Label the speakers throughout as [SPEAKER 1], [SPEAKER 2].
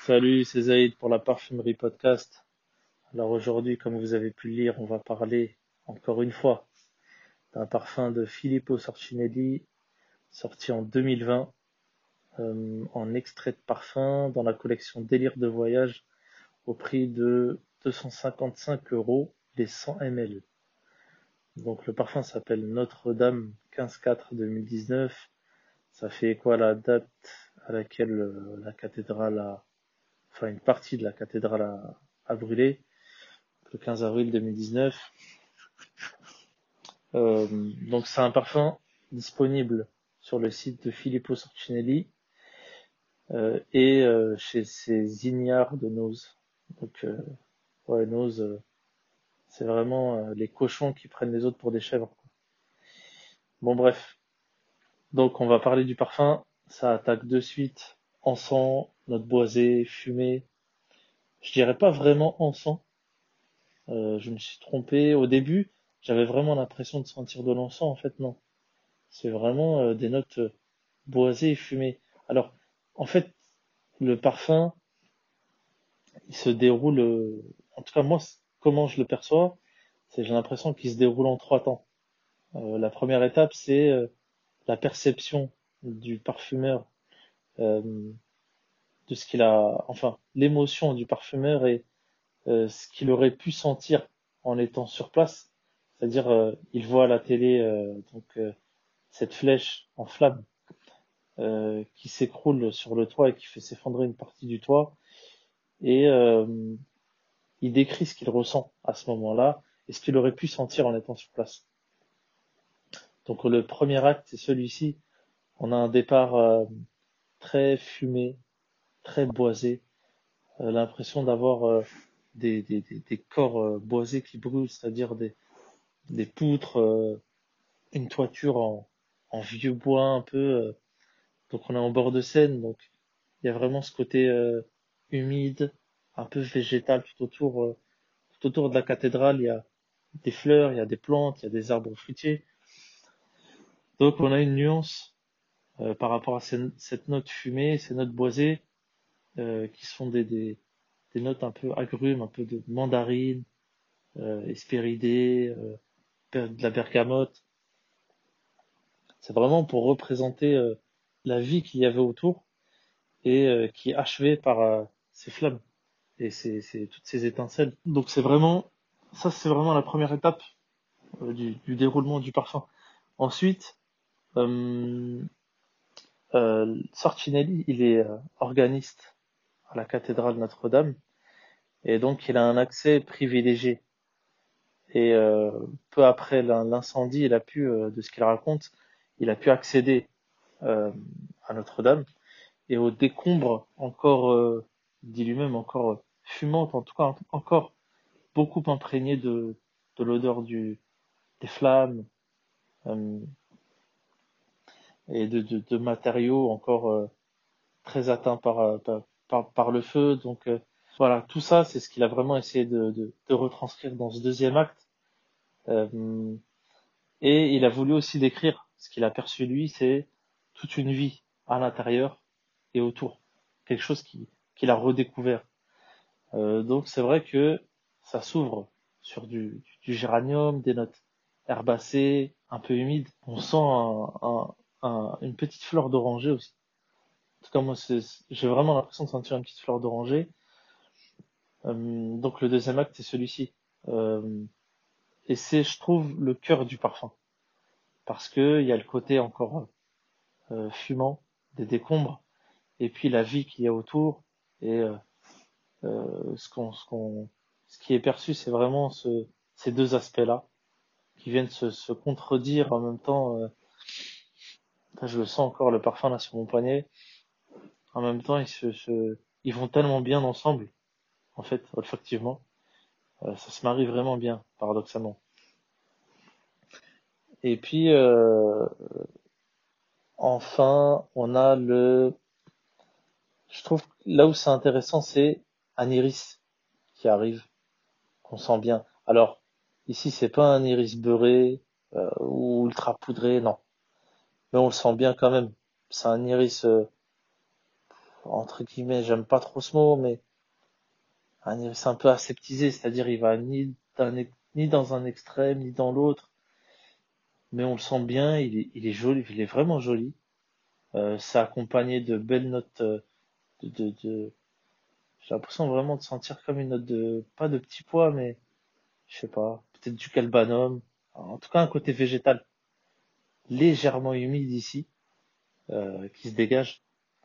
[SPEAKER 1] Salut, c'est Zaïd pour la Parfumerie Podcast. Alors aujourd'hui, comme vous avez pu le lire, on va parler encore une fois d'un parfum de Filippo Sorcinelli sorti en 2020 en extrait de parfum dans la collection Délire de voyage au prix de 255 euros les 100 ml. Donc le parfum s'appelle Notre-Dame 15/4 2019. Ça fait quoi la date à laquelle la cathédrale enfin une partie de la cathédrale a brûlé, le 15 avril 2019. Donc c'est un parfum disponible sur le site de Filippo Sorcinelli et chez ses Ignards de Nose. Donc ouais, Nose, c'est vraiment les cochons qui prennent les autres pour des chèvres, quoi. Bon bref, donc on va parler du parfum. Ça attaque de suite encens, notes boisées, fumée. Je dirais pas vraiment encens. Je me suis trompé. Au début, j'avais vraiment l'impression de sentir de l'encens. En fait, non. C'est vraiment des notes boisées et fumées. Alors, en fait, le parfum, il se déroule, en tout cas moi, comment je le perçois, c'est j'ai l'impression qu'il se déroule en trois temps. La première étape, c'est la perception du parfumeur euh, de ce qu'il a, enfin, l'émotion du parfumeur et ce qu'il aurait pu sentir en étant sur place. C'est-à-dire, il voit à la télé cette flèche en flammes qui s'écroule sur le toit et qui fait s'effondrer une partie du toit. Et il décrit ce qu'il ressent à ce moment-là et ce qu'il aurait pu sentir en étant sur place. Donc le premier acte, c'est celui-ci. On a un départ très fumé, très boisé, l'impression d'avoir des corps boisés qui brûlent, c'est-à-dire des poutres, une toiture en vieux bois un peu. Donc on est en bord de Seine, donc il y a vraiment ce côté humide, un peu végétal tout autour de la cathédrale. Il y a des fleurs, il y a des plantes, il y a des arbres fruitiers. Donc on a une nuance par rapport à cette note fumée, ces notes boisées, qui sont des notes un peu agrumes, un peu de mandarine, hespéridée, de la bergamote. C'est vraiment pour représenter la vie qu'il y avait autour et qui est achevée par ces flammes et toutes ces étincelles. Donc c'est vraiment la première étape du déroulement du parfum. Ensuite, euh, Sorcinelli, il est organiste à la cathédrale Notre-Dame et donc il a un accès privilégié. Et peu après l'incendie, de ce qu'il raconte, il a pu accéder euh, à Notre-Dame et aux décombres encore, dit lui-même, encore fumantes, en tout cas encore beaucoup imprégnées de l'odeur des flammes euh, et de matériaux encore très atteints par le feu. Donc voilà, tout ça, c'est ce qu'il a vraiment essayé de retranscrire dans ce deuxième acte. Euh, et il a voulu aussi décrire ce qu'il a perçu lui, c'est toute une vie à l'intérieur et autour, quelque chose qu'il a redécouvert. Donc c'est vrai que ça s'ouvre sur du géranium, des notes herbacées, un peu humides. On sent une petite fleur d'oranger aussi. En tout cas, moi, j'ai vraiment l'impression de sentir une petite fleur d'oranger. Donc le deuxième acte, c'est celui-ci. Euh, et c'est, je trouve, le cœur du parfum. Parce que il y a le côté encore fumant des décombres, et puis la vie qu'il y a autour, et ce qui est perçu, c'est vraiment ces deux aspects-là, qui viennent se contredire en même temps. Je le sens encore, le parfum là sur mon poignet. En même temps, ils vont tellement bien ensemble, en fait, olfactivement. Ça se marie vraiment bien, paradoxalement. Et puis, enfin, on a je trouve, là où c'est intéressant, c'est un iris qui arrive, qu'on sent bien. Alors, ici, c'est pas un iris beurré, ou ultra poudré, non. Mais on le sent bien quand même. C'est un iris entre guillemets, j'aime pas trop ce mot, mais c'est un peu aseptisé, c'est-à-dire il va ni dans un extrême, ni dans l'autre, mais on le sent bien, il est joli, il est vraiment joli. C'est accompagné de belles notes de j'ai l'impression vraiment de sentir comme une note pas de petit pois, mais je sais pas, peut-être du galbanum. En tout cas, un côté végétal légèrement humide ici, qui se dégage.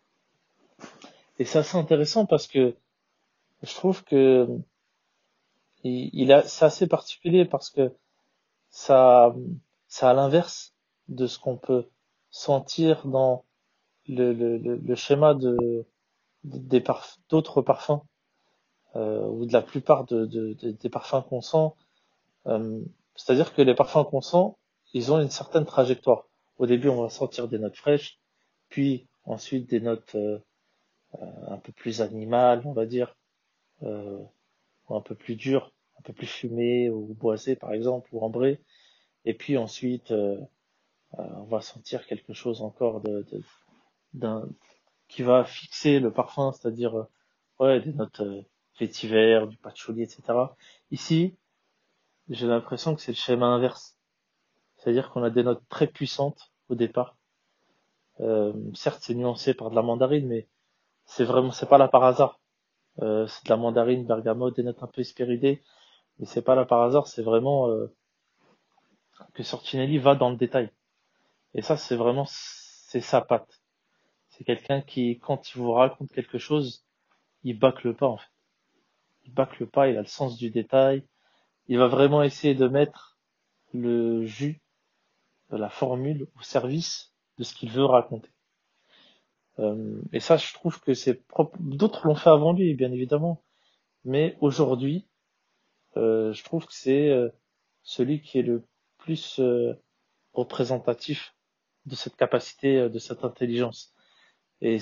[SPEAKER 1] Et c'est assez intéressant parce que je trouve que c'est assez particulier parce que ça, ça à l'inverse de ce qu'on peut sentir dans le schéma d'autres parfums, ou de la plupart des parfums qu'on sent. Euh, C'est-à-dire que les parfums qu'on sent, ils ont une certaine trajectoire. Au début, on va sentir des notes fraîches, puis ensuite des notes un peu plus animales, on va dire, euh, ou un peu plus dures, un peu plus fumées ou boisées par exemple, ou ambrées. Et puis ensuite, on va sentir quelque chose encore d'un qui va fixer le parfum, c'est-à-dire ouais, des notes vétiver, du patchouli, etc. Ici, j'ai l'impression que c'est le schéma inverse. C'est-à-dire qu'on a des notes très puissantes au départ. Certes, c'est nuancé par de la mandarine, mais c'est pas là par hasard. C'est de la mandarine, bergamote, des notes un peu hespéridées, mais c'est pas là par hasard. C'est vraiment que Sorcinelli va dans le détail. Et ça, c'est sa patte. C'est quelqu'un qui, quand il vous raconte quelque chose, il bâcle pas en fait. Il bâcle pas, il a le sens du détail. Il va vraiment essayer de mettre le jus de la formule au service de ce qu'il veut raconter. Et ça, je trouve que c'est propre. D'autres l'ont fait avant lui, bien évidemment, mais aujourd'hui, je trouve que c'est celui qui est le plus représentatif de cette capacité, de cette intelligence. Et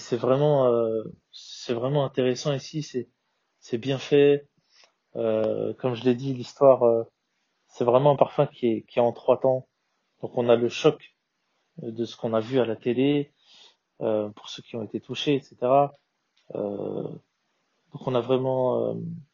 [SPEAKER 1] c'est vraiment intéressant ici. C'est bien fait. Comme je l'ai dit, l'histoire, c'est vraiment un parfum qui est en trois temps. Donc on a le choc de ce qu'on a vu à la télé, pour ceux qui ont été touchés, etc. Euh, donc on a vraiment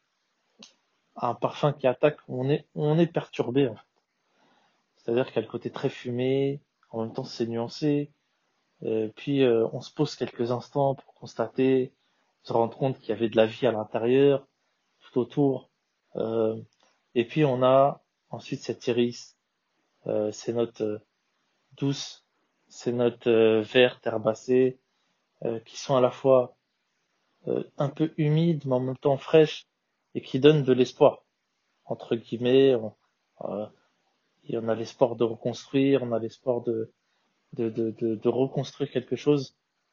[SPEAKER 1] un parfum qui attaque, on est perturbé en fait. C'est-à-dire qu'il y a le côté très fumé, en même temps c'est nuancé, puis on se pose quelques instants pour constater, se rendre compte qu'il y avait de la vie à l'intérieur, tout autour, euh, et puis on a ensuite cette iris, ces notes douces, ces notes vertes, herbacées, qui sont à la fois un peu humides mais en même temps fraîches et qui donnent de l'espoir, entre guillemets. Euh, Et on a l'espoir de reconstruire, on a l'espoir de reconstruire quelque chose.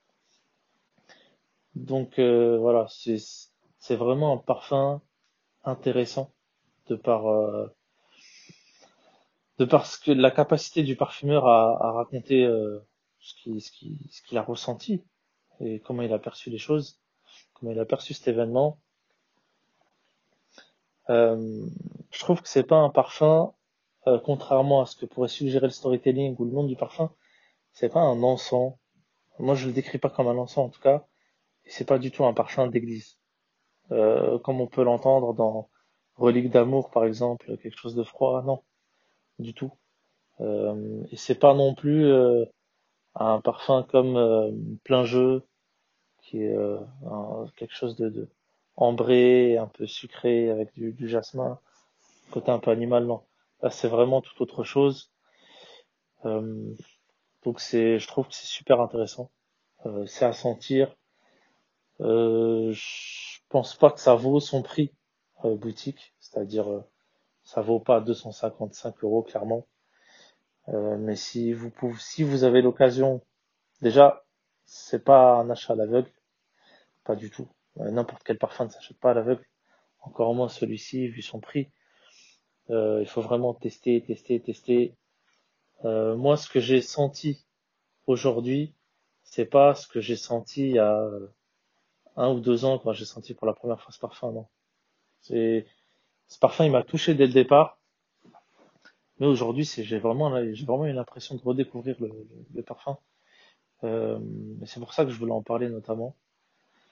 [SPEAKER 1] Donc voilà, c'est vraiment un parfum intéressant de par de par ce que la capacité du parfumeur à raconter ce qu'il a ressenti et comment il a perçu les choses, comment il a perçu cet événement. Euh, je trouve que c'est pas un parfum, contrairement à ce que pourrait suggérer le storytelling ou le nom du parfum, c'est pas un encens. Moi, je le décris pas comme un encens en tout cas. Et c'est pas du tout un parfum d'église, comme on peut l'entendre dans Relique d'amour par exemple, quelque chose de froid. Non, du tout. Et c'est pas non plus un parfum comme Plein Jeu, qui est quelque chose de ambré, un peu sucré avec du jasmin, côté un peu animal. Non, là c'est vraiment tout autre chose. Euh, donc je trouve que c'est super intéressant. C'est à sentir. Je pense pas que ça vaut son prix boutique, c'est-à-dire ça vaut pas 255 euros clairement. Mais si vous avez l'occasion, déjà c'est pas un achat à l'aveugle, pas du tout. N'importe quel parfum ne s'achète pas à l'aveugle, encore moins celui-ci vu son prix. Il faut vraiment tester, tester, tester. Moi, ce que j'ai senti aujourd'hui, c'est pas ce que j'ai senti il y a 1 ou 2 ans quand j'ai senti pour la première fois ce parfum, non. C'est Ce parfum, il m'a touché dès le départ, mais aujourd'hui, j'ai vraiment eu l'impression de redécouvrir le parfum. Et c'est pour ça que je voulais en parler notamment.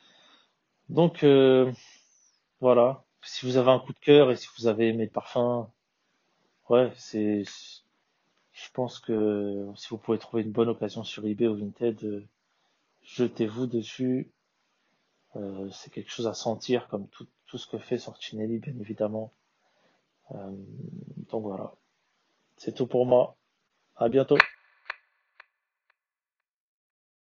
[SPEAKER 1] Donc voilà. Si vous avez un coup de cœur et si vous avez aimé le parfum, ouais, je pense que si vous pouvez trouver une bonne occasion sur eBay ou Vinted, jetez-vous dessus. C'est quelque chose à sentir comme tout ce que fait Sorcinelli, bien évidemment. Euh, donc voilà. C'est tout pour moi. À bientôt.